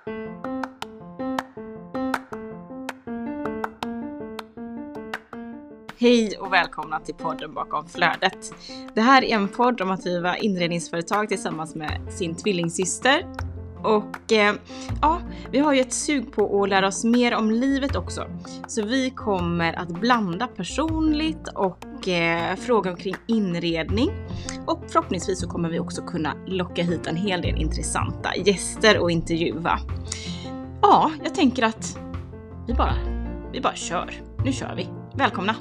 Hej och välkomna till podden Bakom flödet. Det här är en podd om att driva inredningsföretag tillsammans med sin tvillingsyster. Och vi har ju ett sug på att lära oss mer om livet också. Så vi kommer att blanda personligt och fråga omkring inredning. Och förhoppningsvis så kommer vi också kunna locka hit en hel del intressanta gäster och intervjua. Ja, jag tänker att vi bara kör. Nu kör vi. Välkomna!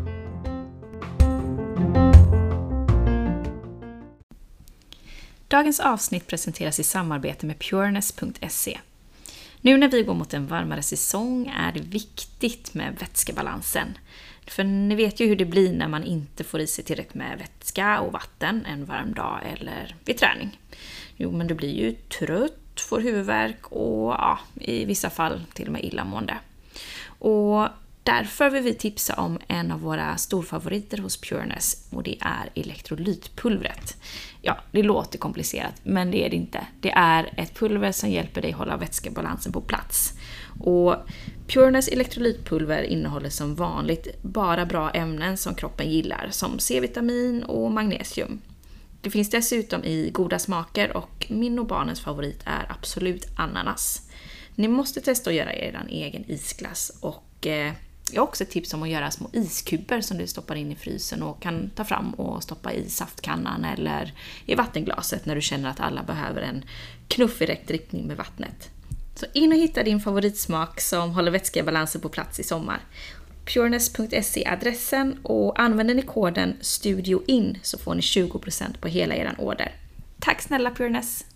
Dagens avsnitt presenteras i samarbete med pureness.se. Nu när vi går mot en varmare säsong är det viktigt med vätskebalansen. För ni vet ju hur det blir när man inte får i sig tillräckligt med vätska och vatten en varm dag eller vid träning. Jo, men du blir ju trött, får huvudvärk och i vissa fall till och med illamående. Och därför vill vi tipsa om en av våra storfavoriter hos Pureness och det är elektrolytpulvret. Ja, det låter komplicerat men det är det inte. Det är ett pulver som hjälper dig hålla vätskebalansen på plats. Och Pureness elektrolytpulver innehåller som vanligt bara bra ämnen som kroppen gillar som C-vitamin och magnesium. Det finns dessutom i goda smaker och min och barnens favorit är absolut ananas. Ni måste testa att göra er egen isglass och jag har också ett tips om att göra små iskuber som du stoppar in i frysen och kan ta fram och stoppa i saftkannan eller i vattenglaset när du känner att alla behöver en knuff i rätt riktning med vattnet. Så in och hitta din favoritsmak som håller vätskebalansen på plats i sommar. Pureness.se adressen och använder ni koden STUDIOIN så får ni 20% på hela er order. Tack snälla Pureness!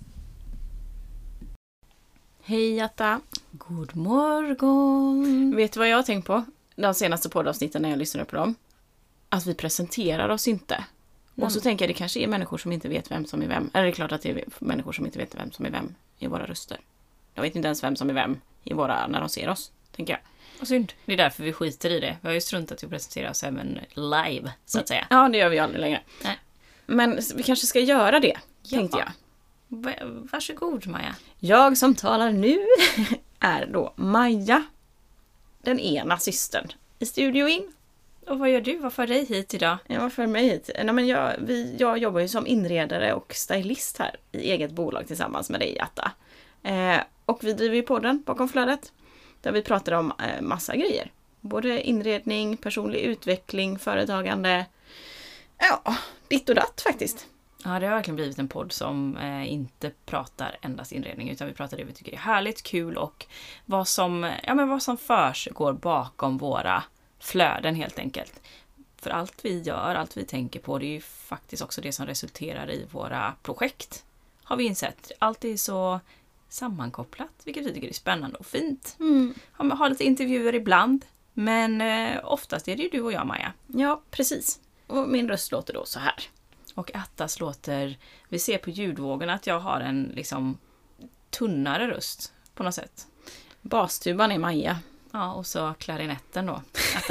Hej Jatta! God morgon! Vet du vad jag har tänkt på? De senaste poddavsnitten när jag lyssnade på dem. Att vi presenterar oss inte. Och så tänker jag det kanske är människor som inte vet vem som är vem. Eller det är klart att det är människor som inte vet vem som är vem i våra röster. Jag vet inte ens vem som är vem i våra när de ser oss, tänker jag. Vad synd. Det är därför vi skiter i det. Vi har ju struntat att presentera oss även live, så att säga. Ja, det gör vi aldrig längre. Nej. Men vi kanske ska göra det, tänkte jag. Varsågod Maja. Jag som talar nu är då Maja, den ena systern i Studio In. Och vad gör du? Vad för dig hit idag? Vad för mig hit? Nej, men jag jobbar ju som inredare och stylist här i eget bolag tillsammans med dig, Jatta. Och vi driver ju podden Bakom flödet. Där vi pratar om massa grejer. Både inredning, personlig utveckling, företagande. Ja, ditt och datt faktiskt. Ja, det har verkligen blivit en podd som inte pratar endast inredning utan vi pratar det vi tycker är härligt, kul och vad som går bakom våra flöden helt enkelt. För allt vi gör, allt vi tänker på, det är ju faktiskt också det som resulterar i våra projekt. Har vi insett. Allt är så sammankopplat, vilket vi tycker är spännande och fint. Har lite intervjuer ibland, men oftast är det ju du och jag, Maja. Ja, precis. Och min röst låter då så här. Och Attas låter, vi ser på ljudvågen att jag har en liksom tunnare röst på något sätt. Bastuban är Maja. Ja, och så klarinetten då.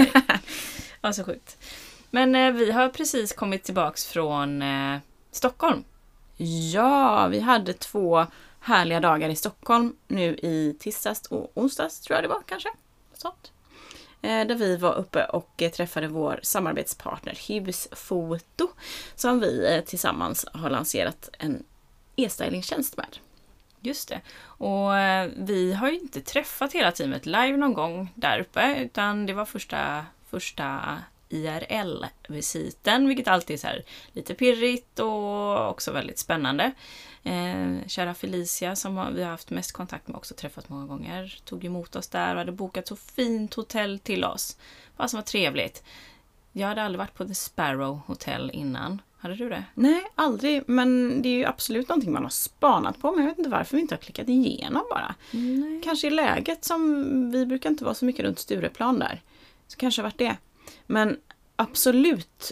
Ja, så sjukt. Men vi har precis kommit tillbaks från Stockholm. Ja, vi hade 2 härliga dagar i Stockholm nu i tisdags och onsdags tror jag det var kanske. Sånt. Där vi var uppe och träffade vår samarbetspartner Husfoto som vi tillsammans har lanserat en e-stylingtjänst med. Just det. Och vi har ju inte träffat hela teamet live någon gång där uppe utan det var första IRL-visiten, vilket alltid är så här lite pirrigt och också väldigt spännande. Kära Felicia som vi har haft mest kontakt med också träffat många gånger tog emot oss där och hade bokat så fint hotell till oss. Vad som var trevligt. Jag hade aldrig varit på The Sparrow Hotel innan. Hade du det? Nej, aldrig. Men det är ju absolut någonting man har spanat på. Men jag vet inte varför vi inte har klickat igenom bara. Nej. Kanske i läget som vi brukar inte vara så mycket runt Stureplan där. Så kanske har varit det. Men absolut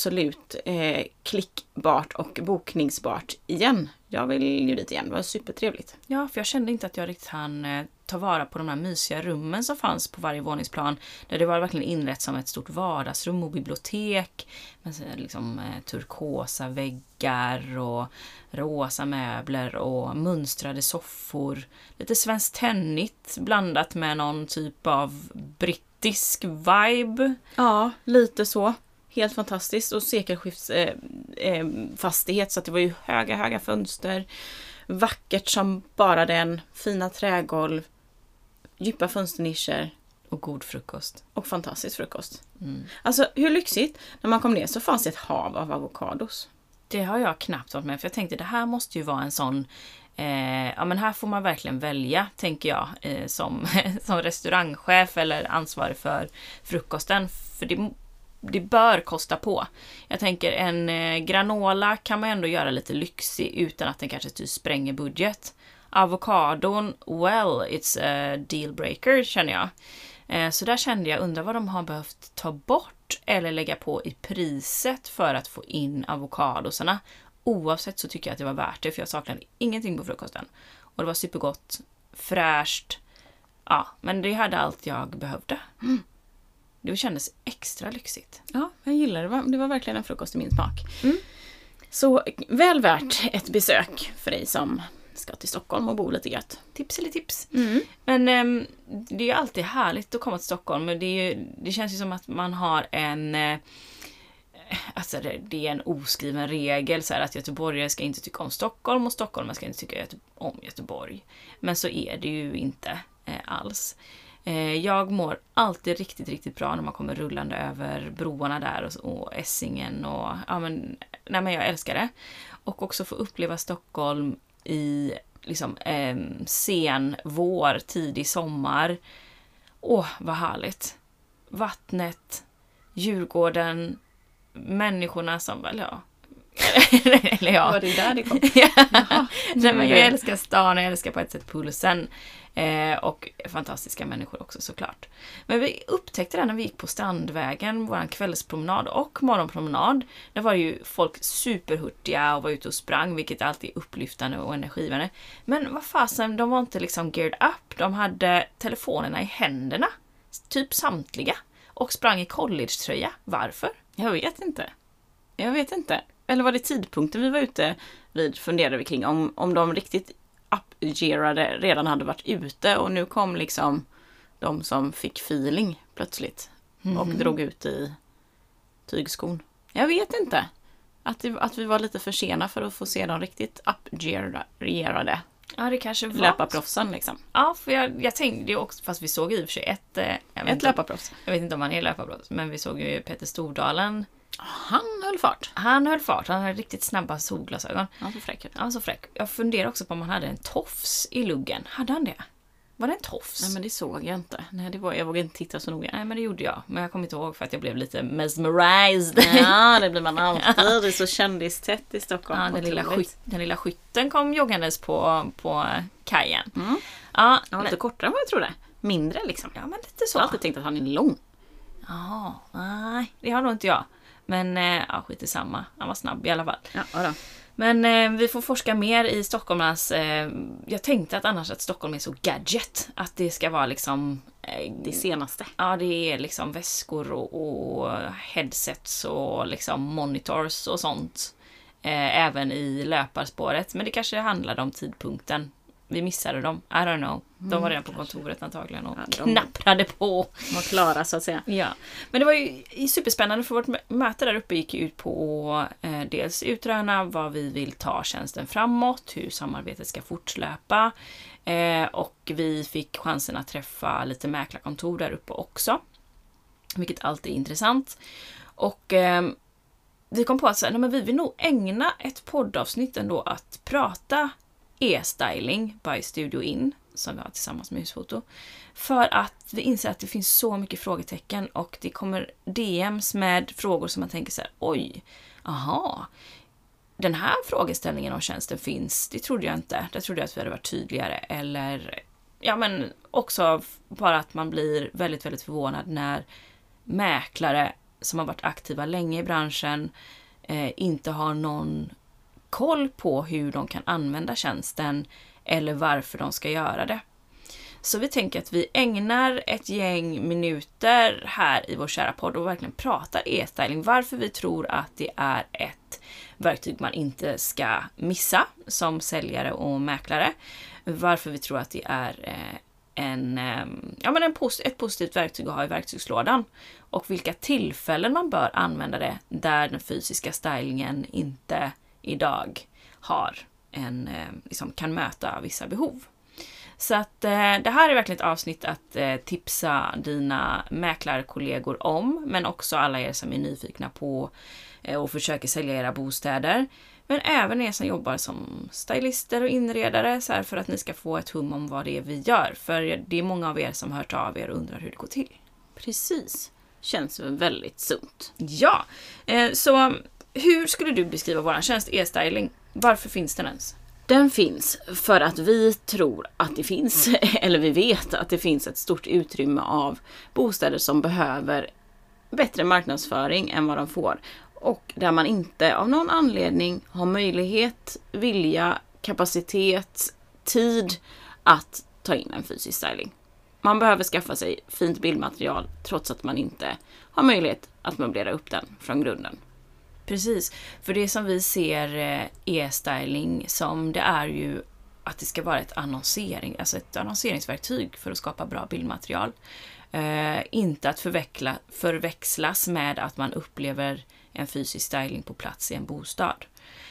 klickbart och bokningsbart igen. Jag vill ju dit igen. Det var supertrevligt. Ja, för jag kände inte att jag riktigt hann ta vara på de här mysiga rummen som fanns på varje våningsplan. Där det var verkligen inrätt som ett stort vardagsrum och bibliotek. Med liksom turkosa väggar och rosa möbler och mönstrade soffor. Lite svenskt tennigt blandat med någon typ av brittisk vibe. Ja, lite så. Helt fantastiskt. Och sekelskiftsfastighet, så att det var ju höga fönster. Vackert som bara den. Fina trägolv. Djupa fönsternischer. Och god frukost. Och fantastisk frukost. Mm. Alltså, hur lyxigt. När man kom ner så fanns det ett hav av avokados. Det har jag knappt varit med, för jag tänkte det här måste ju vara en sån ja, men här får man verkligen välja, tänker jag, som restaurangchef eller ansvarig för frukosten, för det bör kosta på. Jag tänker en granola kan man ändå göra lite lyxig utan att den kanske typ spränger budget. Avokadon, well, it's a deal breaker, känner jag. Så där kände jag, undrar vad de har behövt ta bort eller lägga på i priset för att få in avokadosarna. Oavsett så tycker jag att det var värt det, för jag saknade ingenting på frukosten. Och det var supergott, fräscht. Ja, men det hade allt jag behövde. Mm. Det kändes extra lyxigt. Ja, jag gillar det. Det var verkligen en frukost i min smak. Mm. Så väl värt ett besök för dig som ska till Stockholm och bo lite gött. Tips eller tips. Mm. Men det är ju alltid härligt att komma till Stockholm. Men det känns ju som att man har en... Alltså det är en oskriven regel så här, att göteborgare ska inte tycka om Stockholm och stockholmare ska inte tycka om Göteborg. Men så är det ju inte alls. Jag mår alltid riktigt, riktigt bra när man kommer rullande över broarna där och Essingen och ja, men jag älskar det. Och också få uppleva Stockholm i liksom sen vår, tidig sommar. Vad härligt. Vattnet, Djurgården, människorna som väl eller ja. Var det där det kom? Jaha. Nej, men jag älskar stan, jag älskar på ett sätt pulsen. Och fantastiska människor också såklart. Men vi upptäckte det när vi gick på Strandvägen, våran kvällspromenad och morgonpromenad. Där var ju folk superhurtiga och var ute och sprang, vilket alltid är upplyftande och energivärde. Men vad fasen, de var inte liksom geared up. De hade telefonerna i händerna. Typ samtliga. Och sprang i collegetröja. Varför? Jag vet inte. Eller var det tidpunkten vi var ute vid, funderade vi kring. Om de riktigt upgearade redan hade varit ute och nu kom liksom de som fick feeling plötsligt och drog ut i tygskon. Jag vet inte. Att vi var lite för sena för att få se dem riktigt upgearade. Ja, det kanske var. Löparproffsen liksom. Ja, för jag tänkte ju också, fast vi såg i och för sig ett löparproffs. Jag vet inte om han är löparproffs, men vi såg ju Peter Stordalen. Han höll fart. Han hade riktigt snabba solglasögon. Ja, så fräck ut. Ja, så fräck. Jag funderar också på om han hade en tofs i luggen. Hade han det? Var det en tofs? Nej, men det såg jag inte. Nej, jag vågade inte titta så noga. Nej, men det gjorde jag. Men jag kommer inte ihåg för att jag blev lite mesmerized. Ja, det blir man alltid. Det är så kändistätt i Stockholm. Ja, den lilla skytten kom joggandes på kajen. Mm. Ja, lite kortare än vad jag trodde. Mindre liksom. Ja, men lite så. Jag har alltid tänkt att han är lång. Ja, nej, det har nog inte jag. Men skit i samma. Han var snabb i alla fall. Ja, då. Men vi får forska mer i Stockholmens... jag tänkte att annars att Stockholm är så gadget. Att det ska vara liksom... det senaste. Ja, det är liksom väskor och headsets och liksom monitors och sånt. Även i löparspåret. Men det kanske handlade om tidpunkten. Vi missade dem. I don't know. De var redan på kontoret antagligen och knapprade på. De var klara så att säga. Ja. Men det var ju superspännande, för vårt möte där uppe gick ut på dels utröna vad vi vill ta tjänsten framåt, hur samarbetet ska fortlöpa. Och vi fick chansen att träffa lite mäklarkontor där uppe också. Vilket alltid är intressant. Och vi kom på att men vi vill nog ägna ett poddavsnitt ändå att prata e-styling by Studio In, som vi har tillsammans med Husfoto. För att vi inser att det finns så mycket frågetecken och det kommer DMs med frågor som man tänker så här: oj, aha, den här frågeställningen om tjänsten finns, det trodde jag inte. Det trodde jag att vi hade varit tydligare. Eller, ja men också bara att man blir väldigt, väldigt förvånad när mäklare som har varit aktiva länge i branschen inte har någon koll på hur de kan använda tjänsten eller varför de ska göra det. Så vi tänker att vi ägnar ett gäng minuter här i vår kära podd och verkligen pratar e-styling. Varför vi tror att det är ett verktyg man inte ska missa som säljare och mäklare. Varför vi tror att det är ett positivt verktyg att ha i verktygslådan. Och vilka tillfällen man bör använda det där den fysiska stylingen inte idag har kan möta vissa behov. Så att det här är verkligen ett avsnitt att tipsa dina mäklarkollegor om, men också alla er som är nyfikna på och försöker sälja era bostäder. Men även er som jobbar som stylister och inredare så här, för att ni ska få ett hum om vad det är vi gör. För det är många av er som har hört av er och undrar hur det går till. Precis. Känns väldigt sunt. Ja, så hur skulle du beskriva vår tjänst e-styling? Varför finns den ens? Den finns för att vi tror att det finns, eller vi vet att det finns ett stort utrymme av bostäder som behöver bättre marknadsföring än vad de får. Och där man inte av någon anledning har möjlighet, vilja, kapacitet, tid att ta in en fysisk styling. Man behöver skaffa sig fint bildmaterial trots att man inte har möjlighet att möblera upp den från grunden. Precis, för det som vi ser e-styling som det är ju att det ska vara ett annonseringsverktyg för att skapa bra bildmaterial. Inte att förväxlas med att man upplever en fysisk styling på plats i en bostad.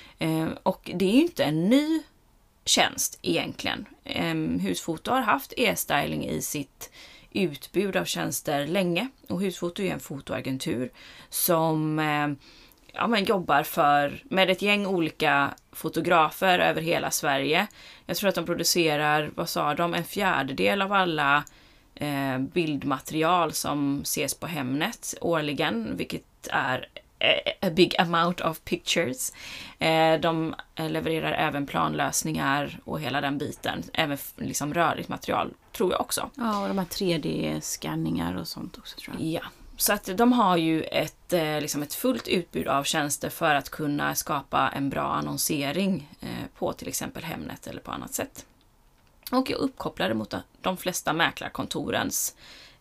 Och det är ju inte en ny tjänst egentligen. Husfoto har haft e-styling i sitt utbud av tjänster länge. Och Husfoto är en fotoagentur som jobbar med ett gäng olika fotografer över hela Sverige. Jag tror att de producerar, en fjärdedel av alla bildmaterial som ses på Hemnet årligen, vilket är a big amount of pictures. De levererar även planlösningar och hela den biten. Även liksom rörligt material, tror jag också. Ja, och de här 3D-skanningar och sånt också, tror jag. Ja, så att de har ju ett fullt utbud av tjänster för att kunna skapa en bra annonsering på till exempel Hemnet eller på annat sätt. Och jag uppkopplade mot de flesta mäklarkontorens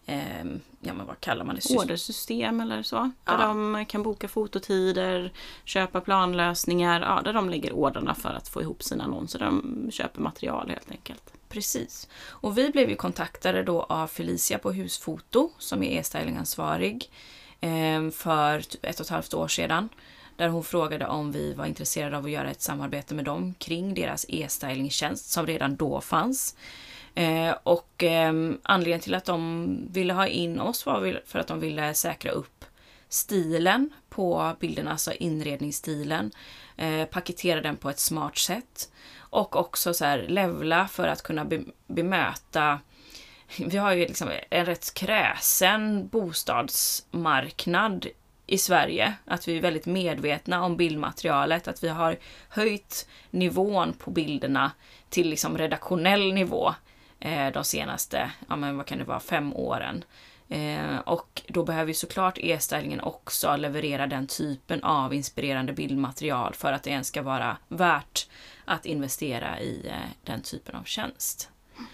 vad kallar man det? Ordersystem eller så. Där de kan boka fototider, köpa planlösningar. Ja, där de lägger orderna för att få ihop sina annonser. De köper material helt enkelt. Precis. Och vi blev ju kontaktade då av Felicia på Husfoto som är e-stylingansvarig för typ 1,5 år sedan. Där hon frågade om vi var intresserade av att göra ett samarbete med dem kring deras e-stylingtjänst som redan då fanns. Och anledningen till att de ville ha in oss var för att de ville säkra upp stilen på bilderna, alltså inredningsstilen, paketera den på ett smart sätt och också så här levla för att kunna bemöta. Vi har ju liksom en rätt kräsen bostadsmarknad i Sverige, att vi är väldigt medvetna om bildmaterialet, att vi har höjt nivån på bilderna till liksom redaktionell nivå de senaste, 5 åren. Och då behöver vi såklart e-stylingen också leverera den typen av inspirerande bildmaterial för att det ens ska vara värt att investera i den typen av tjänst.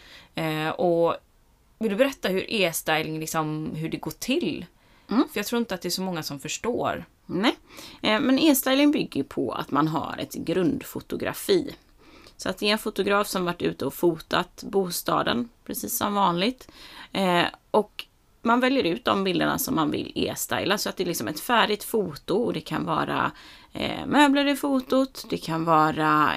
Och vill du berätta hur e-styling hur det går till? För jag tror inte att det är så många som förstår. Nej, men e-styling bygger på att man har ett grundfotografi. Så att det är en fotograf som varit ute och fotat bostaden, precis som vanligt. Och man väljer ut de bilderna som man vill e-styla, så att det är liksom ett färdigt foto. Och det kan vara möbler i fotot, det kan vara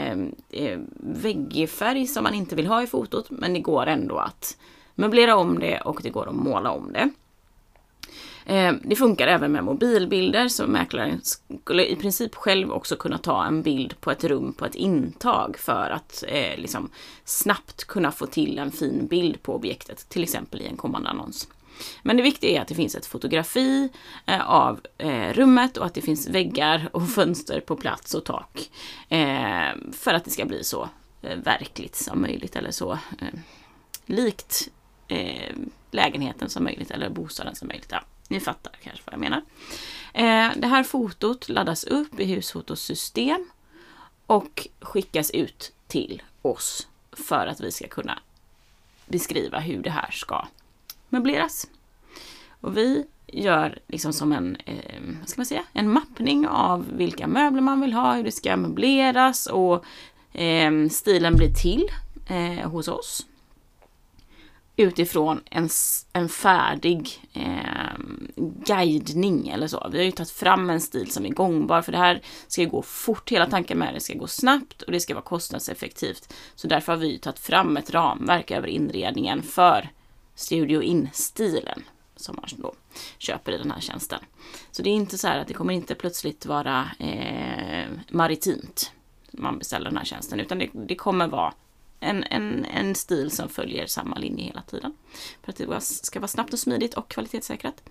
väggfärg som man inte vill ha i fotot. Men det går ändå att möblera om det och det går att måla om det. Det funkar även med mobilbilder, så mäklaren skulle i princip själv också kunna ta en bild på ett rum på ett intag för att snabbt kunna få till en fin bild på objektet, till exempel i en kommande annons. Men det viktiga är att det finns ett fotografi av rummet och att det finns väggar och fönster på plats och tak för att det ska bli så verkligt som möjligt, eller så likt lägenheten som möjligt eller bostaden som möjligt. Ja, ni fattar kanske vad jag menar. Det här fotot laddas upp i Husfotosystem och skickas ut till oss för att vi ska kunna beskriva hur det här ska möbleras. Och vi gör liksom som en mappning av vilka möbler man vill ha, hur det ska möbleras och stilen blir till hos oss. Utifrån en färdig guidning eller så. Vi har ju tagit fram en stil som är gångbar, för det här ska gå fort, hela tanken med det ska gå snabbt och det ska vara kostnadseffektivt. Så därför har vi tagit fram ett ramverk över inredningen för Studio In-stilen som man då köper i den här tjänsten. Så det är inte så här att det kommer inte plötsligt vara maritimt man beställer den här tjänsten, utan det kommer vara en stil som följer samma linje hela tiden. För att det ska vara snabbt och smidigt och kvalitetssäkrat.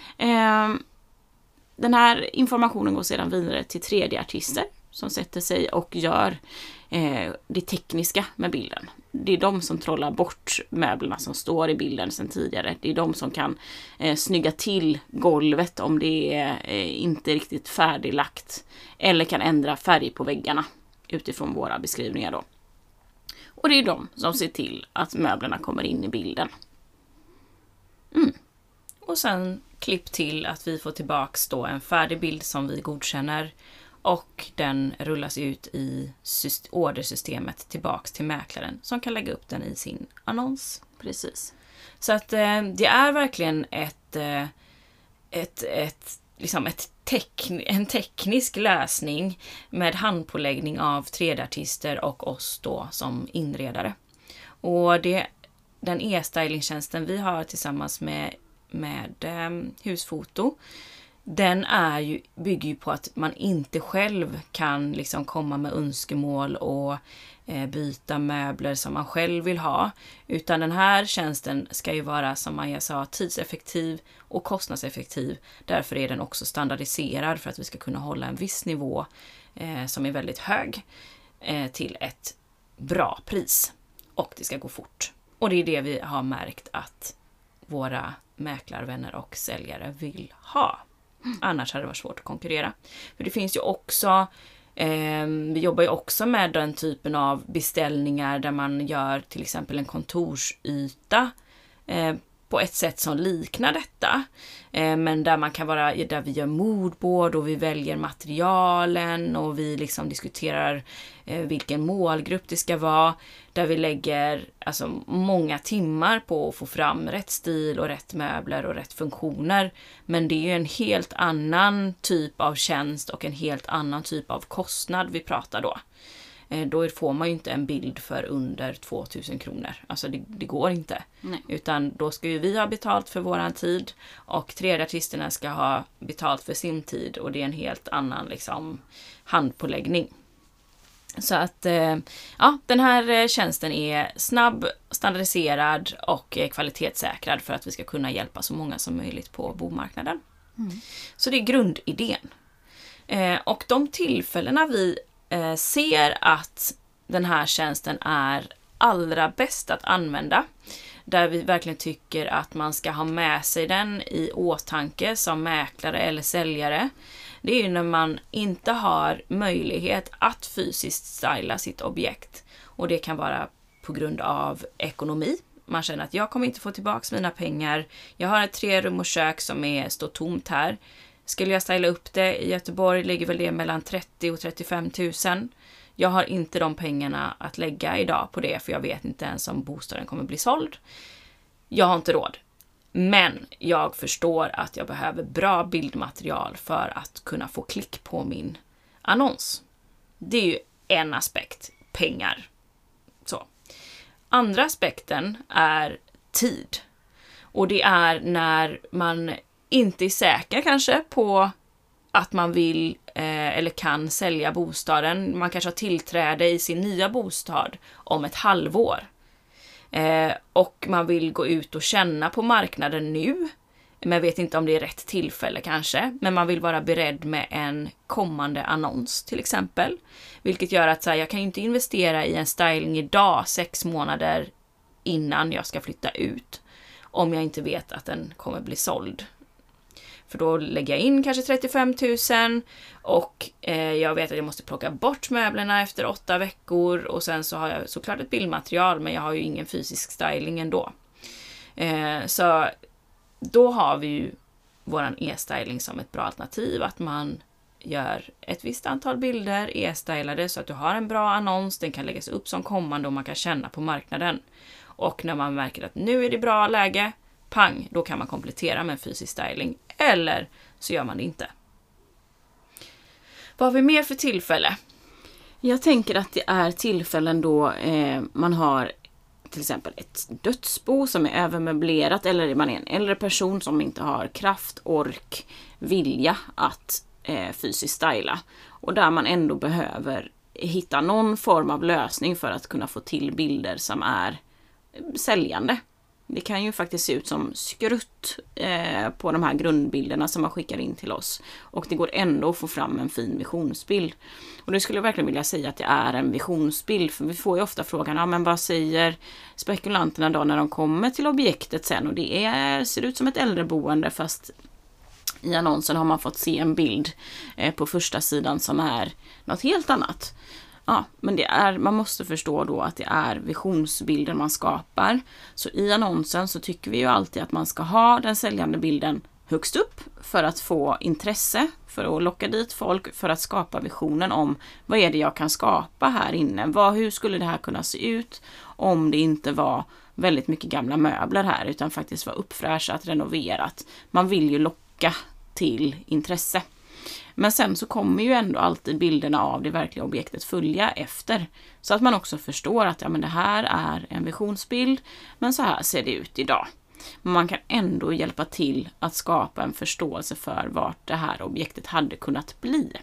Den här informationen går sedan vidare till 3D-artister som sätter sig och gör det tekniska med bilden. Det är de som trollar bort möblerna som står i bilden sedan tidigare. Det är de som kan snygga till golvet om det är inte riktigt färdiglagt. Eller kan ändra färg på väggarna utifrån våra beskrivningar då. Och det är de som ser till att möblerna kommer in i bilden. Och sen klipp till att vi får tillbaks då en färdig bild som vi godkänner. Och den rullas ut i ordersystemet tillbaks till mäklaren som kan lägga upp den i sin annons. Precis. Så att det är verkligen en teknisk lösning med handpåläggning av 3D-artister och oss då som inredare. Och den e-stylingtjänsten vi har tillsammans med Husfoto, den bygger ju på att man inte själv kan liksom komma med önskemål och byta möbler som man själv vill ha. Utan den här tjänsten ska ju vara, som Maja sa, tidseffektiv och kostnadseffektiv. Därför är den också standardiserad för att vi ska kunna hålla en viss nivå som är väldigt hög till ett bra pris. Och det ska gå fort. Och det är det vi har märkt att våra mäklarvänner och säljare vill ha. Annars hade det varit svårt att konkurrera. För det finns ju också, vi jobbar ju också med den typen av beställningar där man gör till exempel en kontorsyta på ett sätt som liknar detta. Men där vi gör moodboard och vi väljer materialen och vi liksom diskuterar vilken målgrupp det ska vara. Där vi lägger många timmar på att få fram rätt stil och rätt möbler och rätt funktioner. Men det är ju en helt annan typ av tjänst och en helt annan typ av kostnad vi pratar då. Då får man ju inte en bild för under 2000 kronor. Alltså det går inte. Nej. Utan då ska ju vi ha betalt för våran tid och 3D-artisterna ska ha betalt för sin tid. Och det är en helt annan handpåläggning. Så att den här tjänsten är snabb, standardiserad och kvalitetssäkrad för att vi ska kunna hjälpa så många som möjligt på bomarknaden. Så det är grundidén. Och de tillfällena vi ser att den här tjänsten är allra bäst att använda, där vi verkligen tycker att man ska ha med sig den i åtanke som mäklare eller säljare, det är ju när man inte har möjlighet att fysiskt styla sitt objekt. Och det kan vara på grund av ekonomi. Man känner att jag kommer inte få tillbaka mina pengar. Jag har ett 3-rum och kök som står tomt här. Skulle jag styla upp det i Göteborg ligger väl det mellan 30 och 35 000. Jag har inte de pengarna att lägga idag på det, för jag vet inte ens om bostaden kommer bli såld. Jag har inte råd. Men jag förstår att jag behöver bra bildmaterial för att kunna få klick på min annons. Det är ju en aspekt, pengar. Så. Andra aspekten är tid. Och det är när man inte är säker kanske på att man vill eller kan sälja bostaden. Man kanske har tillträde i sin nya bostad om ett halvår. Och man vill gå ut och känna på marknaden nu. Men vet inte om det är rätt tillfälle kanske. Men man vill vara beredd med en kommande annons till exempel. Vilket gör att jag kan inte investera i en styling idag 6 månader innan jag ska flytta ut. Om jag inte vet att den kommer bli såld. För då lägger jag in kanske 35 000 och jag vet att jag måste plocka bort möblerna efter 8 veckor och sen så har jag såklart ett bildmaterial men jag har ju ingen fysisk styling ändå. Så då har vi ju våran e-styling som ett bra alternativ, att man gör ett visst antal bilder e-stylade så att du har en bra annons, den kan läggas upp som kommande och man kan känna på marknaden. Och när man märker att nu är det bra läge, pang, då kan man komplettera med en fysisk styling. Eller så gör man det inte. Vad har vi mer för tillfälle? Jag tänker att det är tillfällen då man har till exempel ett dödsbo som är övermöblerat, eller man är en äldre person som inte har kraft, ork, vilja att fysiskt styla. Och där man ändå behöver hitta någon form av lösning för att kunna få till bilder som är säljande. Det kan ju faktiskt se ut som skrutt på de här grundbilderna som man skickar in till oss. Och det går ändå att få fram en fin visionsbild. Och det skulle jag verkligen vilja säga att det är en visionsbild. För vi får ju ofta frågan, ja men vad säger spekulanterna då när de kommer till objektet sen? Och det ser ut som ett äldreboende fast i annonsen har man fått se en bild på första sidan som är något helt annat. Ja, men man måste förstå då att det är visionsbilder man skapar. Så i annonsen så tycker vi ju alltid att man ska ha den säljande bilden högst upp för att få intresse, för att locka dit folk, för att skapa visionen om vad är det jag kan skapa här inne. Hur skulle det här kunna se ut om det inte var väldigt mycket gamla möbler här utan faktiskt var uppfräschat, renoverat. Man vill ju locka till intresse. Men sen så kommer ju ändå alltid bilderna av det verkliga objektet följa efter. Så att man också förstår att men det här är en visionsbild, men så här ser det ut idag. Men man kan ändå hjälpa till att skapa en förståelse för vart det här objektet hade kunnat bli.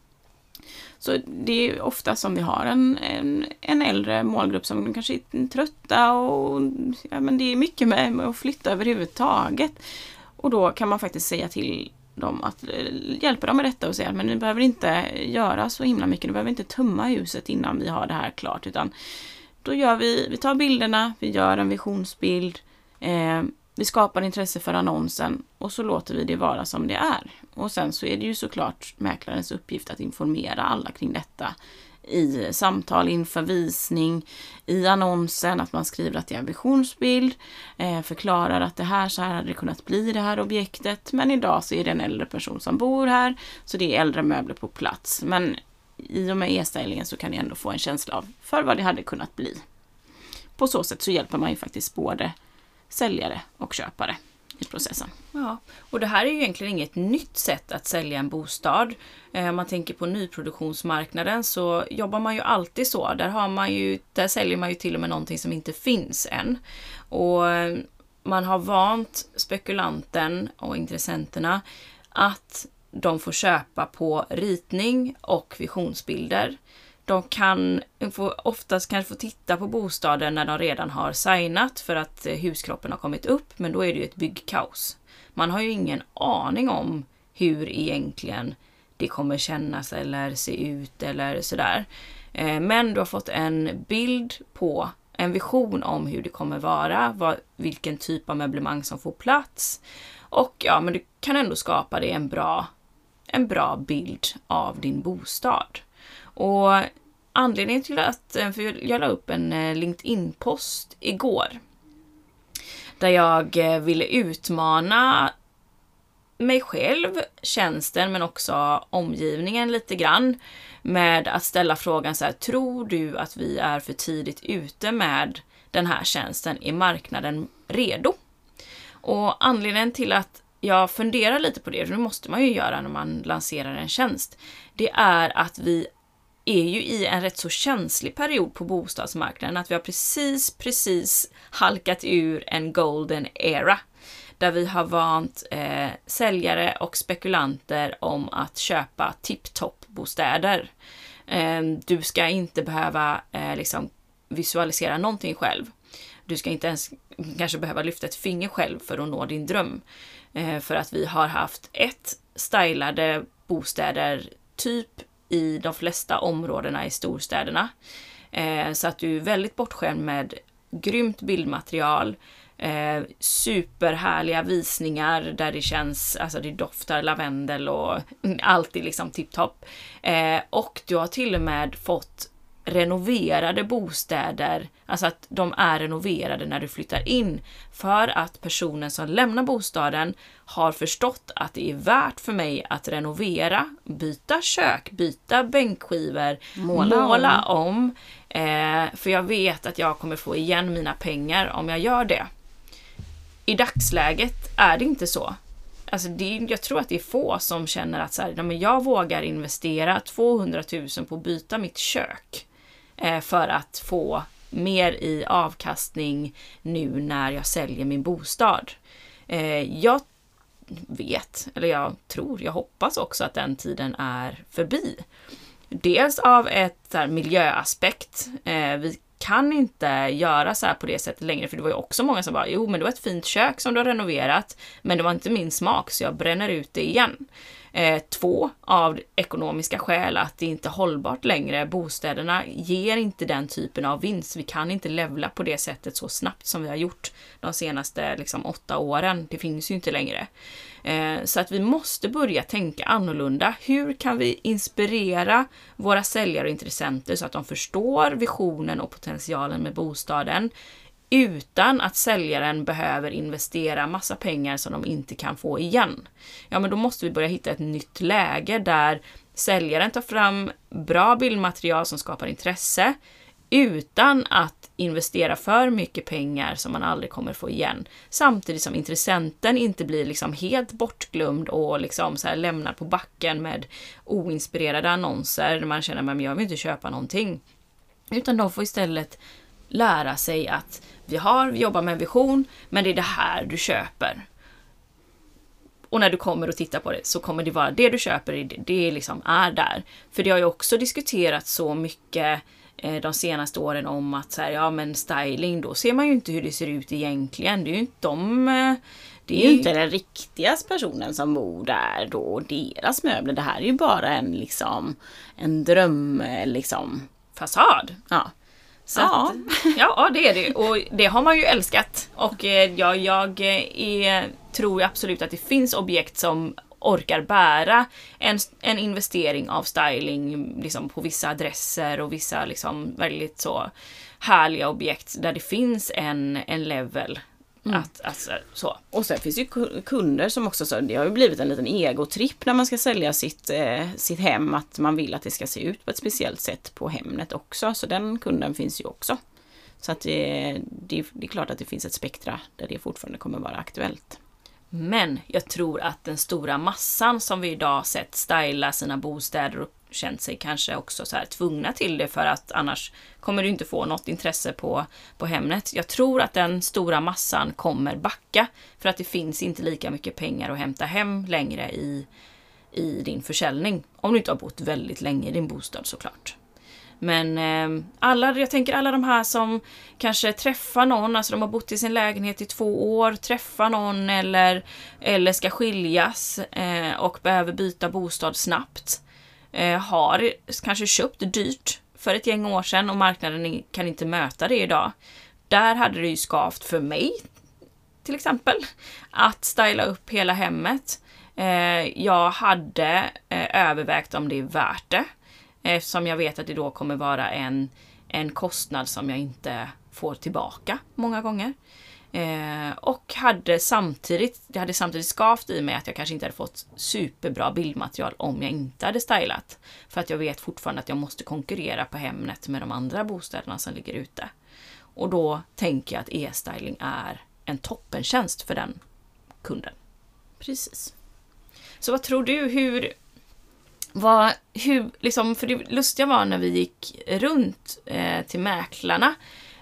Så det är ofta som vi har en äldre målgrupp som kanske är trötta och men det är mycket med att flytta överhuvudtaget. Och då kan man faktiskt säga till dem att hjälpa dem med detta och säga men ni behöver inte göra så himla mycket, ni behöver inte tumma huset innan vi har det här klart, utan då gör vi tar bilderna, vi gör en visionsbild, vi skapar intresse för annonsen och så låter vi det vara som det är. Och sen så är det ju såklart mäklarens uppgift att informera alla kring detta i samtal inför visning, i annonsen, att man skriver att det är en visionsbild, förklarar att så här hade det kunnat bli det här objektet, men idag så är det en äldre person som bor här, så det är äldre möbler på plats. Men i och med e-stylingen så kan ni ändå få en känsla av för vad det hade kunnat bli. På så sätt så hjälper man ju faktiskt både säljare och köpare i processen. Ja, och det här är ju egentligen inget nytt sätt att sälja en bostad. Om man tänker på nyproduktionsmarknaden så jobbar man ju alltid så. Där säljer man ju till och med någonting som inte finns än. Och man har vant spekulanten och intressenterna att de får köpa på ritning och visionsbilder. De kan oftast kanske få titta på bostaden när de redan har signat för att huskroppen har kommit upp, men då är det ju ett byggkaos. Man har ju ingen aning om hur egentligen det kommer kännas eller se ut eller sådär. Men du har fått en bild på, en vision om hur det kommer vara, vilken typ av möblemang som får plats. Och ja, men du kan ändå skapa dig en bra bild av din bostad. Och anledningen till att jag la upp en LinkedIn-post igår där jag ville utmana mig själv, tjänsten men också omgivningen lite grann med att ställa frågan så här: tror du att vi är för tidigt ute med den här tjänsten? Är marknaden redo? Och anledningen till att jag funderar lite på det, det måste man ju göra när man lanserar en tjänst, det är att vi är ju i en rätt så känslig period på bostadsmarknaden, att vi har precis halkat ur en golden era där vi har vant säljare och spekulanter om att köpa tip-top-bostäder. Du ska inte behöva visualisera någonting själv. Du ska inte ens kanske behöva lyfta ett finger själv för att nå din dröm. För att vi har haft stylade bostäder typ i de flesta områdena i storstäderna. Så att du är väldigt bortskämd med grymt bildmaterial, superhärliga visningar där det känns, alltså det doftar lavendel och allt är liksom tipptopp. Och du har till och med fått renoverade bostäder, alltså att de är renoverade när du flyttar in, för att personen som lämnar bostaden har förstått att det är värt för mig att renovera, byta kök, byta bänkskivor, måla om, för jag vet att jag kommer få igen mina pengar om jag gör det. I dagsläget är det inte så. Alltså jag tror att det är få som känner att så här, men jag vågar investera 200 000 på att byta mitt kök för att få mer i avkastning nu när jag säljer min bostad. Jag vet, eller jag hoppas också att den tiden är förbi. Dels av ett miljöaspekt. Vi kan inte göra så här på det sättet längre, för det var ju också många som bara, jo men det var ett fint kök som du har renoverat, men det var inte min smak så jag bränner ut det igen. 2, av ekonomiska skäl, att det inte är hållbart längre. Bostäderna ger inte den typen av vinst. Vi kan inte levla på det sättet så snabbt som vi har gjort de senaste 8 åren. Det finns ju inte längre. Så att vi måste börja tänka annorlunda. Hur kan vi inspirera våra säljare och intressenter så att de förstår visionen och potentialen med bostaden, utan att säljaren behöver investera massa pengar som de inte kan få igen. Ja, men då måste vi börja hitta ett nytt läge där säljaren tar fram bra bildmaterial som skapar intresse, utan att investera för mycket pengar som man aldrig kommer få igen. Samtidigt som intressenten inte blir helt bortglömd och så här lämnad på backen med oinspirerade annonser där man känner att jag vill inte köpa någonting. Utan de får istället lära sig att vi jobbar med en vision, men det är det här du köper. Och när du kommer och tittar på det så kommer det vara det du köper, det är där. För det har ju också diskuterat så mycket de senaste åren om att så här, men styling, då ser man ju inte hur det ser ut egentligen. Det är ju inte det är ju inte den riktiga personen som bor där då, deras möbler. Det här är ju bara en dröm fasad. Ja. Så ja, det är det. Och det har man ju älskat. Och jag tror absolut att det finns objekt som orkar bära en investering av styling på vissa adresser och vissa väldigt så härliga objekt där det finns en level. Så. Och sen finns ju kunder som också så, det har ju blivit en liten egotripp när man ska sälja sitt hem, att man vill att det ska se ut på ett speciellt sätt på Hemnet också, så den kunden finns ju också. Så att det är klart att det finns ett spektra där det fortfarande kommer vara aktuellt. Men jag tror att den stora massan som vi idag sett styla sina bostäder och känt sig kanske också så här tvungna till det, för att annars kommer du inte få något intresse på Hemnet. Jag tror att den stora massan kommer backa, för att det finns inte lika mycket pengar att hämta hem längre i din försäljning. Om du inte har bott väldigt länge i din bostad såklart. Men jag tänker alla de här som kanske träffar någon, alltså de har bott i sin lägenhet i 2 år, träffar någon eller ska skiljas och behöver byta bostad snabbt. Har kanske köpt dyrt för ett gäng år sedan och marknaden kan inte möta det idag. Där hade det ju skavt för mig till exempel att styla upp hela hemmet. Jag hade övervägt om det är värt det, eftersom jag vet att det då kommer vara en kostnad som jag inte får tillbaka många gånger. Och hade samtidigt skavt i mig att jag kanske inte hade fått superbra bildmaterial om jag inte hade stylat. För att jag vet fortfarande att jag måste konkurrera på Hemnet med de andra bostäderna som ligger ute. Och då tänker jag att e-styling är en toppentjänst för den kunden. Precis. Så vad tror du, för det lustiga var när vi gick runt till mäklarna,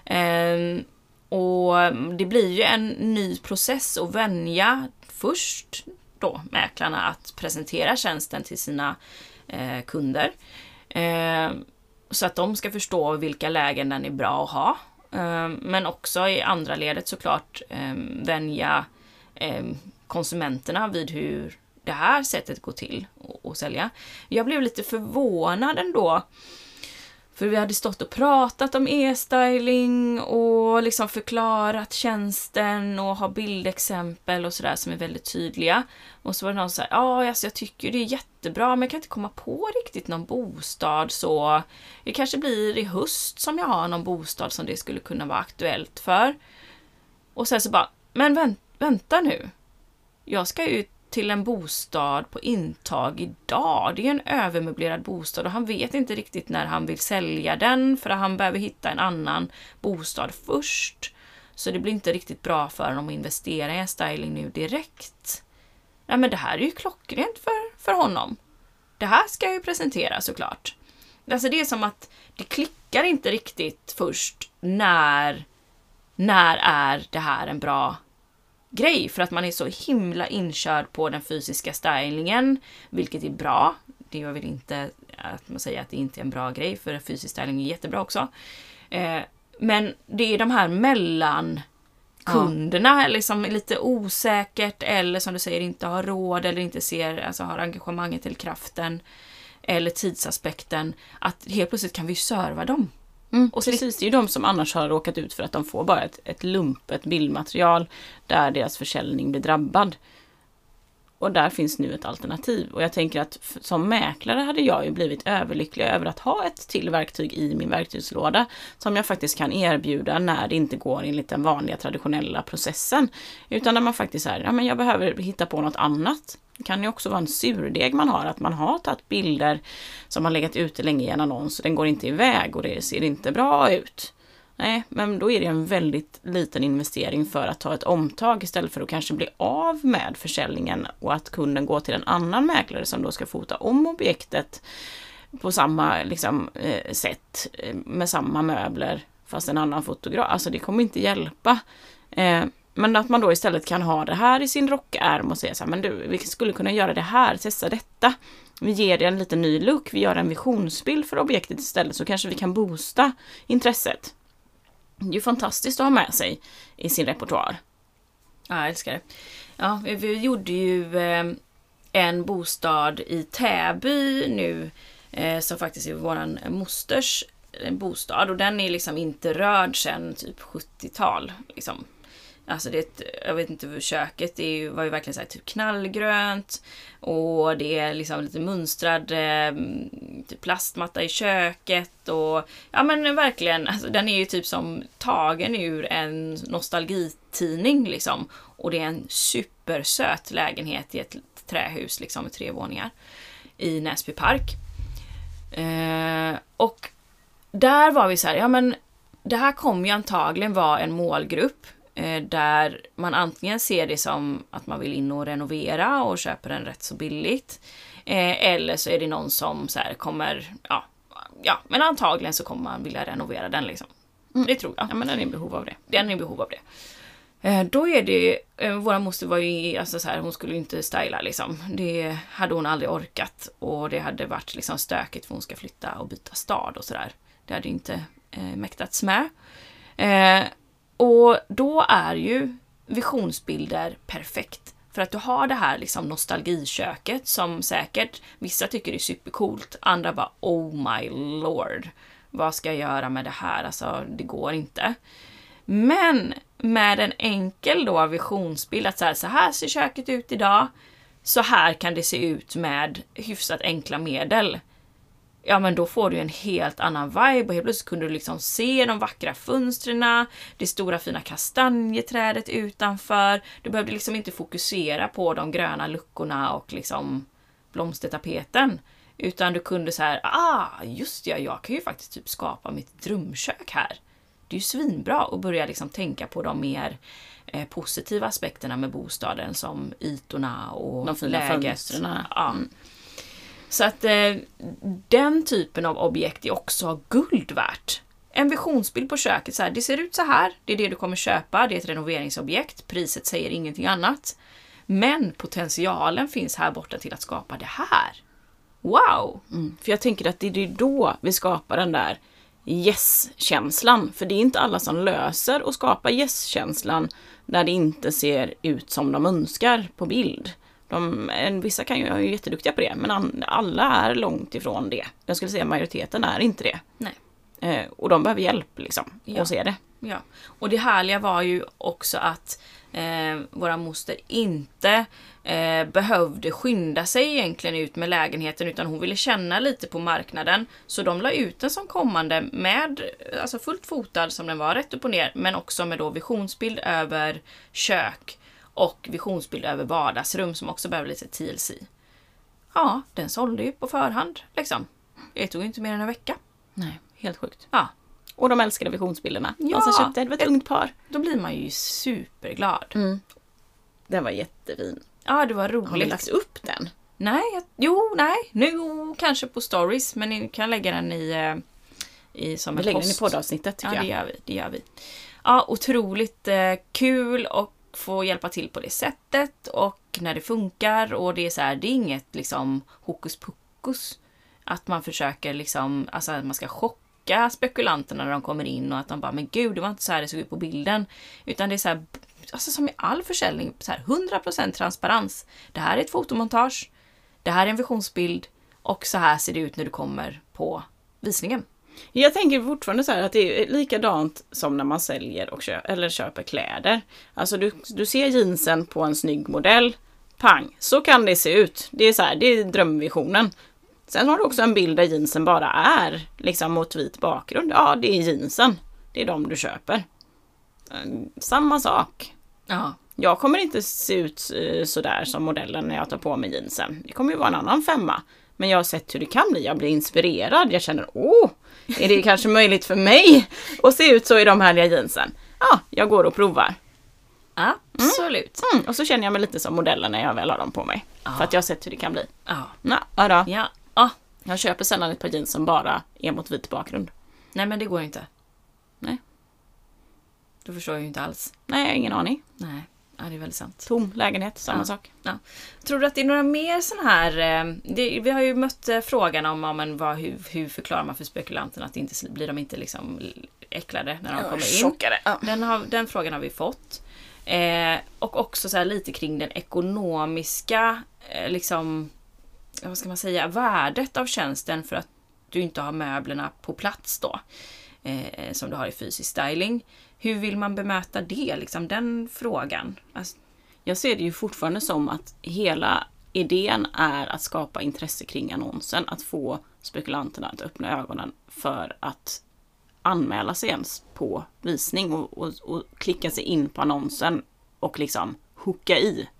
och det blir ju en ny process att vänja först då mäklarna att presentera tjänsten till sina kunder, så att de ska förstå vilka lägen den är bra att ha, men också i andra ledet såklart vänja konsumenterna vid hur det här sättet går till att sälja. Jag blev lite förvånad ändå, För vi hade stått och pratat om e-styling och liksom förklarat tjänsten och ha bildexempel och sådär som är väldigt tydliga. Och så var det någon så här, alltså jag tycker det är jättebra men jag kan inte komma på riktigt någon bostad så. Det kanske blir i höst som jag har någon bostad som det skulle kunna vara aktuellt för. Och sen så bara, men vänta nu. Jag ska ju till en bostad på intag idag. Det är en övermöblerad bostad och han vet inte riktigt när han vill sälja den för att han behöver hitta en annan bostad först. Så det blir inte riktigt bra för honom att investera i en styling nu direkt. Nej men det här är ju klockrent för honom. Det här ska jag ju presentera såklart. Alltså det är som att det klickar inte riktigt först när är det här en bra grej, för att man är så himla inkörd på den fysiska stylingen, vilket är bra. Det är väl inte att man säger att det inte är en bra grej, för fysisk styling är jättebra också. Men det är de här mellankunderna, eller som är lite osäkert, eller som du säger inte har råd, eller inte ser, alltså har engagemanget eller kraften, eller tidsaspekten, att helt plötsligt kan vi serva dem. Och precis, det är ju de som annars har råkat ut för att de får bara ett lumpet bildmaterial där deras försäljning blir drabbad. Och där finns nu ett alternativ. Och jag tänker att som mäklare hade jag ju blivit överlycklig över att ha ett till verktyg i min verktygslåda som jag faktiskt kan erbjuda när det inte går enligt den vanliga traditionella processen. Utan när man faktiskt säger, men jag behöver hitta på något annat. Det kan ju också vara en surdeg man har, att man har tagit bilder som har legat ute länge i en annons och den går inte iväg och det ser inte bra ut. Nej, men då är det en väldigt liten investering för att ta ett omtag istället för att kanske bli av med försäljningen och att kunden går till en annan mäklare som då ska fota om objektet på samma sätt med samma möbler fast en annan fotograf. Alltså det kommer inte hjälpa. Men att man då istället kan ha det här i sin rockärm och säga så här, men du, vi skulle kunna göra det här, testa detta. Vi ger det en liten ny look, vi gör en visionsbild för objektet istället så kanske vi kan boosta intresset. Det är ju fantastiskt att ha med sig i sin repertoar. Ja, jag älskar det. Ja, vi gjorde ju en bostad i Täby nu som faktiskt är våran mosters bostad och den är liksom inte rörd sedan typ 70-tal liksom. Alltså jag vet inte hur köket, var ju verkligen så här typ knallgrönt och det är liksom lite mönstrad typ plastmatta i köket och ja men verkligen, alltså, den är ju typ som tagen ur en nostalgitidning liksom och det är en supersöt lägenhet i ett trähus liksom med 3 våningar i Näsby park. Och där var vi så här, ja men det här kommer ju antagligen vara en målgrupp där man antingen ser det som att man vill in och renovera och köper den rätt så billigt. Eller så är det någon som så här kommer, men antagligen så kommer man vilja renovera den liksom. Det tror jag. Ja, men den är i behov av det. Den är i behov av det. Då är det, våra moster var ju, alltså så här, hon skulle inte styla liksom. Det hade hon aldrig orkat och det hade varit liksom stökigt för hon ska flytta och byta stad och sådär. Det hade inte mäktats med. Och då är ju visionsbilder perfekt. För att du har det här liksom nostalgiköket som säkert vissa tycker är supercoolt. Andra bara, oh my lord. Vad ska jag göra med det här? Alltså det går inte. Men med en enkel då visionsbild att så här ser köket ut idag. Så här kan det se ut med hyfsat enkla medel. Ja men då får du en helt annan vibe och helt plötsligt kunde du liksom se de vackra fönstren, det stora fina kastanjeträdet utanför. Du behövde liksom inte fokusera på de gröna luckorna och liksom blomstertapeten. Utan du kunde så här, just det, jag kan ju faktiskt typ skapa mitt drömkök här. Det är ju svinbra att börja liksom tänka på de mer positiva aspekterna med bostaden som ytorna och de fina läget. Fönstren. Ja. Så att den typen av objekt är också guld värt. En visionsbild på köket, så här, det ser ut så här, det är det du kommer köpa, det är ett renoveringsobjekt, priset säger ingenting annat. Men potentialen finns här borta till att skapa det här. Wow! För jag tänker att det är då vi skapar den där yes-känslan. För det är inte alla som löser att skapa yes-känslan när det inte ser ut som de önskar på bild. Vissa kan ju vara jätteduktiga på det, men alla är långt ifrån det. Jag skulle säga att majoriteten är inte det. Nej. Och de behöver hjälp liksom, Ja. att se det. Ja, och det härliga var ju också att våra moster inte behövde skynda sig egentligen ut med lägenheten, utan hon ville känna lite på marknaden. Så de la ut den som kommande med, alltså fullt fotad som den var, rätt upp och ner, men också med då visionsbild över kök och visionsbild över vardagsrum som också behöver lite TLC. Ja, den sålde ju på förhand liksom. Det tog inte mer än en vecka. Nej, helt sjukt. Ja. Och de älskade visionsbilderna. Ja. De som köpte, det var ett ungt par. Då blir man ju superglad. Den var jättefin. Ja, det var roligt. Har vi lagt upp den? Nej, nu kanske på stories, men ni kan lägga den i som Vi en lägger den i post. poddavsnittet tycker Ja, jag. det gör vi. Ja, otroligt kul och få hjälpa till på det sättet och när det funkar och det är så här, det är inget liksom hokus pokus att man försöker liksom, alltså att man ska chocka spekulanterna när de kommer in och att de bara, men gud, det var inte så här det såg ut på bilden, utan det är så här, alltså som i all försäljning, så här 100% transparens. Det här är ett fotomontage, det här är en visionsbild och så här ser det ut när du kommer på visningen. Jag tänker fortfarande så här att det är likadant som när man säljer och köper kläder. Alltså du ser jeansen på en snygg modell, pang, så kan det se ut. Det är så här, det är drömvisionen. Sen har du också en bild där jeansen bara är liksom mot vit bakgrund. Ja, det är jeansen. Det är de du köper. Samma sak. Ja. Jag kommer inte se ut så där som modellen när jag tar på mig jeansen. Det kommer ju vara en annan femma. Men jag har sett hur det kan bli. Jag blir inspirerad. Jag känner, är det kanske möjligt för mig att se ut så i de härliga jeansen? Ja, jag går och provar. Absolut. Och så känner jag mig lite som modellen när jag väl har dem på mig. Ja. För att jag har sett hur det kan bli. Ja. Ja. Ja. Jag köper sällan ett par jeans som bara är mot vit bakgrund. Nej, men det går inte. Nej. Du förstår ju inte alls. Nej, jag har ingen aning. Nej, ja, det är väldigt sant. Tom lägenhet, samma sak. Ja. Tror du att det är några mer sån här... vi har ju mött frågan om hur förklarar man för spekulanterna att inte blir de inte liksom äcklade när de kommer in. Chockade. Ja. Den frågan har vi fått. Och också så här lite kring den ekonomiska liksom, vad ska man säga, värdet av tjänsten för att du inte har möblerna på plats då. Som du har i fysisk styling. Hur vill man bemöta det, liksom den frågan? Alltså, Jag ser det ju fortfarande som att hela idén är att skapa intresse kring annonsen. Att få spekulanterna att öppna ögonen för att anmäla sig ens på visning och klicka sig in på annonsen och liksom hooka i.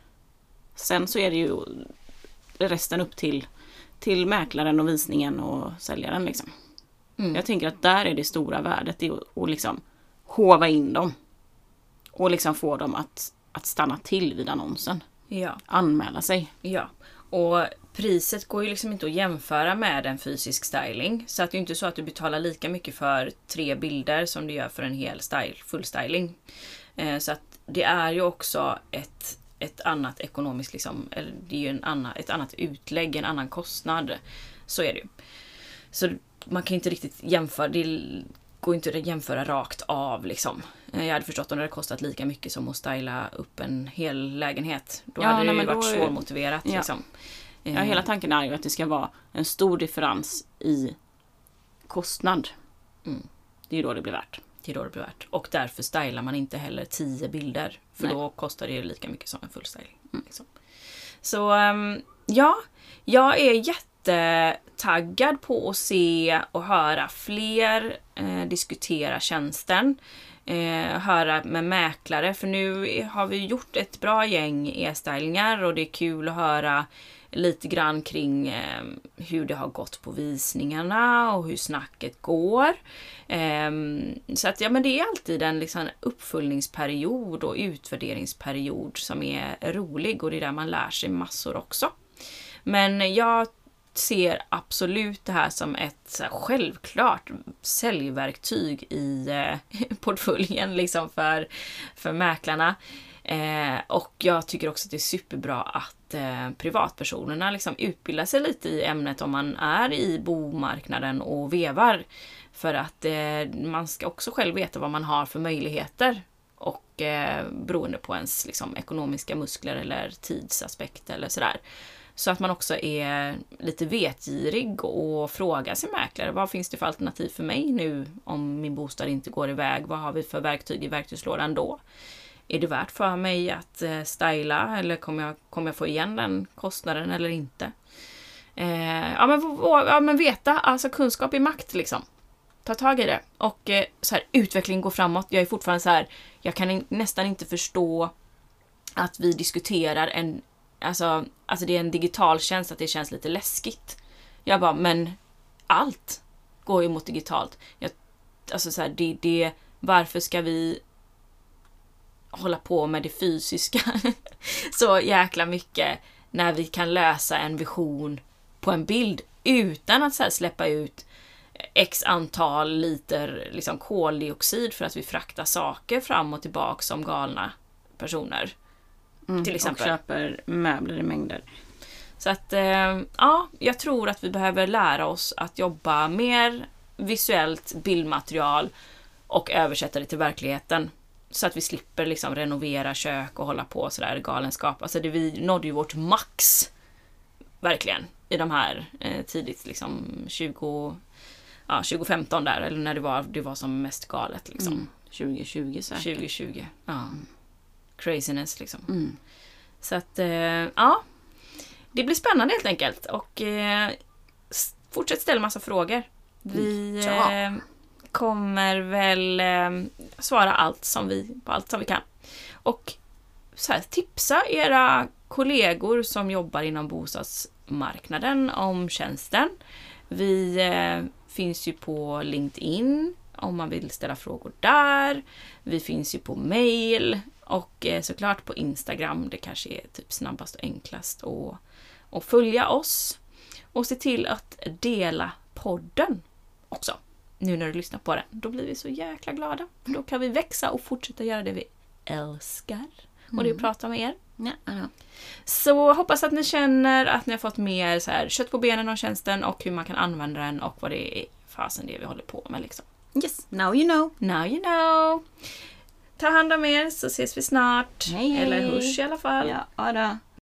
Sen så är det ju resten upp till mäklaren och visningen och säljaren liksom. Jag tänker att där är det stora värdet i att liksom hova in dem och liksom få dem att stanna till vid annonsen. ja. Anmäla sig. Ja, och priset går ju liksom inte att jämföra med en fysisk styling. Så att det är inte så att du betalar lika mycket för 3 bilder som du gör för en hel full styling. Så att det är ju också ett annat ekonomiskt, liksom, eller det är ju ett annat utlägg, en annan kostnad. Så är det ju. Så man kan inte riktigt jämföra, det går inte att jämföra rakt av liksom. Jag hade förstått om det hade kostat lika mycket som att styla upp en hel lägenhet. Då hade det ju varit svårmotiverat liksom. Ja, hela tanken är ju att det ska vara en stor differens i kostnad. Det är ju då det blir värt. Det är då det blir värt. Och därför stylar man inte heller 10 bilder. För då kostar det lika mycket som en full styling. Liksom. Så ja, jag är jättetaggad på att se och höra fler diskutera tjänsten. Höra med mäklare. För nu har vi gjort ett bra gäng e-stylingar och det är kul att höra lite grann kring hur det har gått på visningarna och hur snacket går. Så att ja, men det är alltid en liksom uppföljningsperiod och utvärderingsperiod som är rolig och det är där man lär sig massor också. Men jag ser absolut det här som ett så här självklart säljverktyg i portföljen liksom för mäklarna. Och jag tycker också att det är superbra att privatpersonerna liksom utbildar sig lite i ämnet om man är i bomarknaden och vevar. För att man ska också själv veta vad man har för möjligheter. Och beroende på ens liksom, ekonomiska muskler eller tidsaspekt eller sådär. Så att man också är lite vetgirig och frågar sin mäklare, vad finns det för alternativ för mig nu om min bostad inte går iväg? Vad har vi för verktyg i verktygslådan då? Är det värt för mig att styla eller kommer jag få igen den kostnaden eller inte? Men veta, alltså kunskap är makt liksom. Ta tag i det. Och så här, utvecklingen går framåt. Jag är fortfarande så här, jag kan nästan inte förstå att vi diskuterar alltså det är en digital tjänst, att det känns lite läskigt. Jag bara, men allt går ju mot digitalt. Alltså så här, varför ska vi hålla på med det fysiska så jäkla mycket när vi kan lösa en vision på en bild utan att så här släppa ut x antal liter liksom koldioxid för att vi fraktar saker fram och tillbaka som galna personer. Till exempel. Och köper möbler i mängder. Så att jag tror att vi behöver lära oss att jobba mer visuellt bildmaterial och översätta det till verkligheten. Så att vi slipper liksom renovera kök och hålla på sådär galenskap. Alltså vi nådde ju vårt max verkligen i de här tidigt liksom 2015 där, eller när det var som mest galet liksom. 2020 säkert. 2020, ja. Craziness liksom. Så att, det blir spännande helt enkelt. Och fortsätt ställa massa frågor. Vi kommer väl svara på allt som vi kan. Och så här, tipsa era kollegor som jobbar inom bostadsmarknaden om tjänsten. Vi finns ju på LinkedIn om man vill ställa frågor där. Vi finns ju på mail och såklart på Instagram. Det kanske är typ snabbast och enklast att följa oss. Och se till att dela podden också. Nu när du lyssnar på den. Då blir vi så jäkla glada. Då kan vi växa och fortsätta göra det vi älskar. Och det är att prata med er. Så hoppas att ni känner att ni har fått mer så här, kött på benen av tjänsten och hur man kan använda den och vad det är fasen det vi håller på med liksom. Yes, now you know. Now you know. Ta hand om er så ses vi snart. Hej, hej. Eller hörs i alla fall. Ja, då.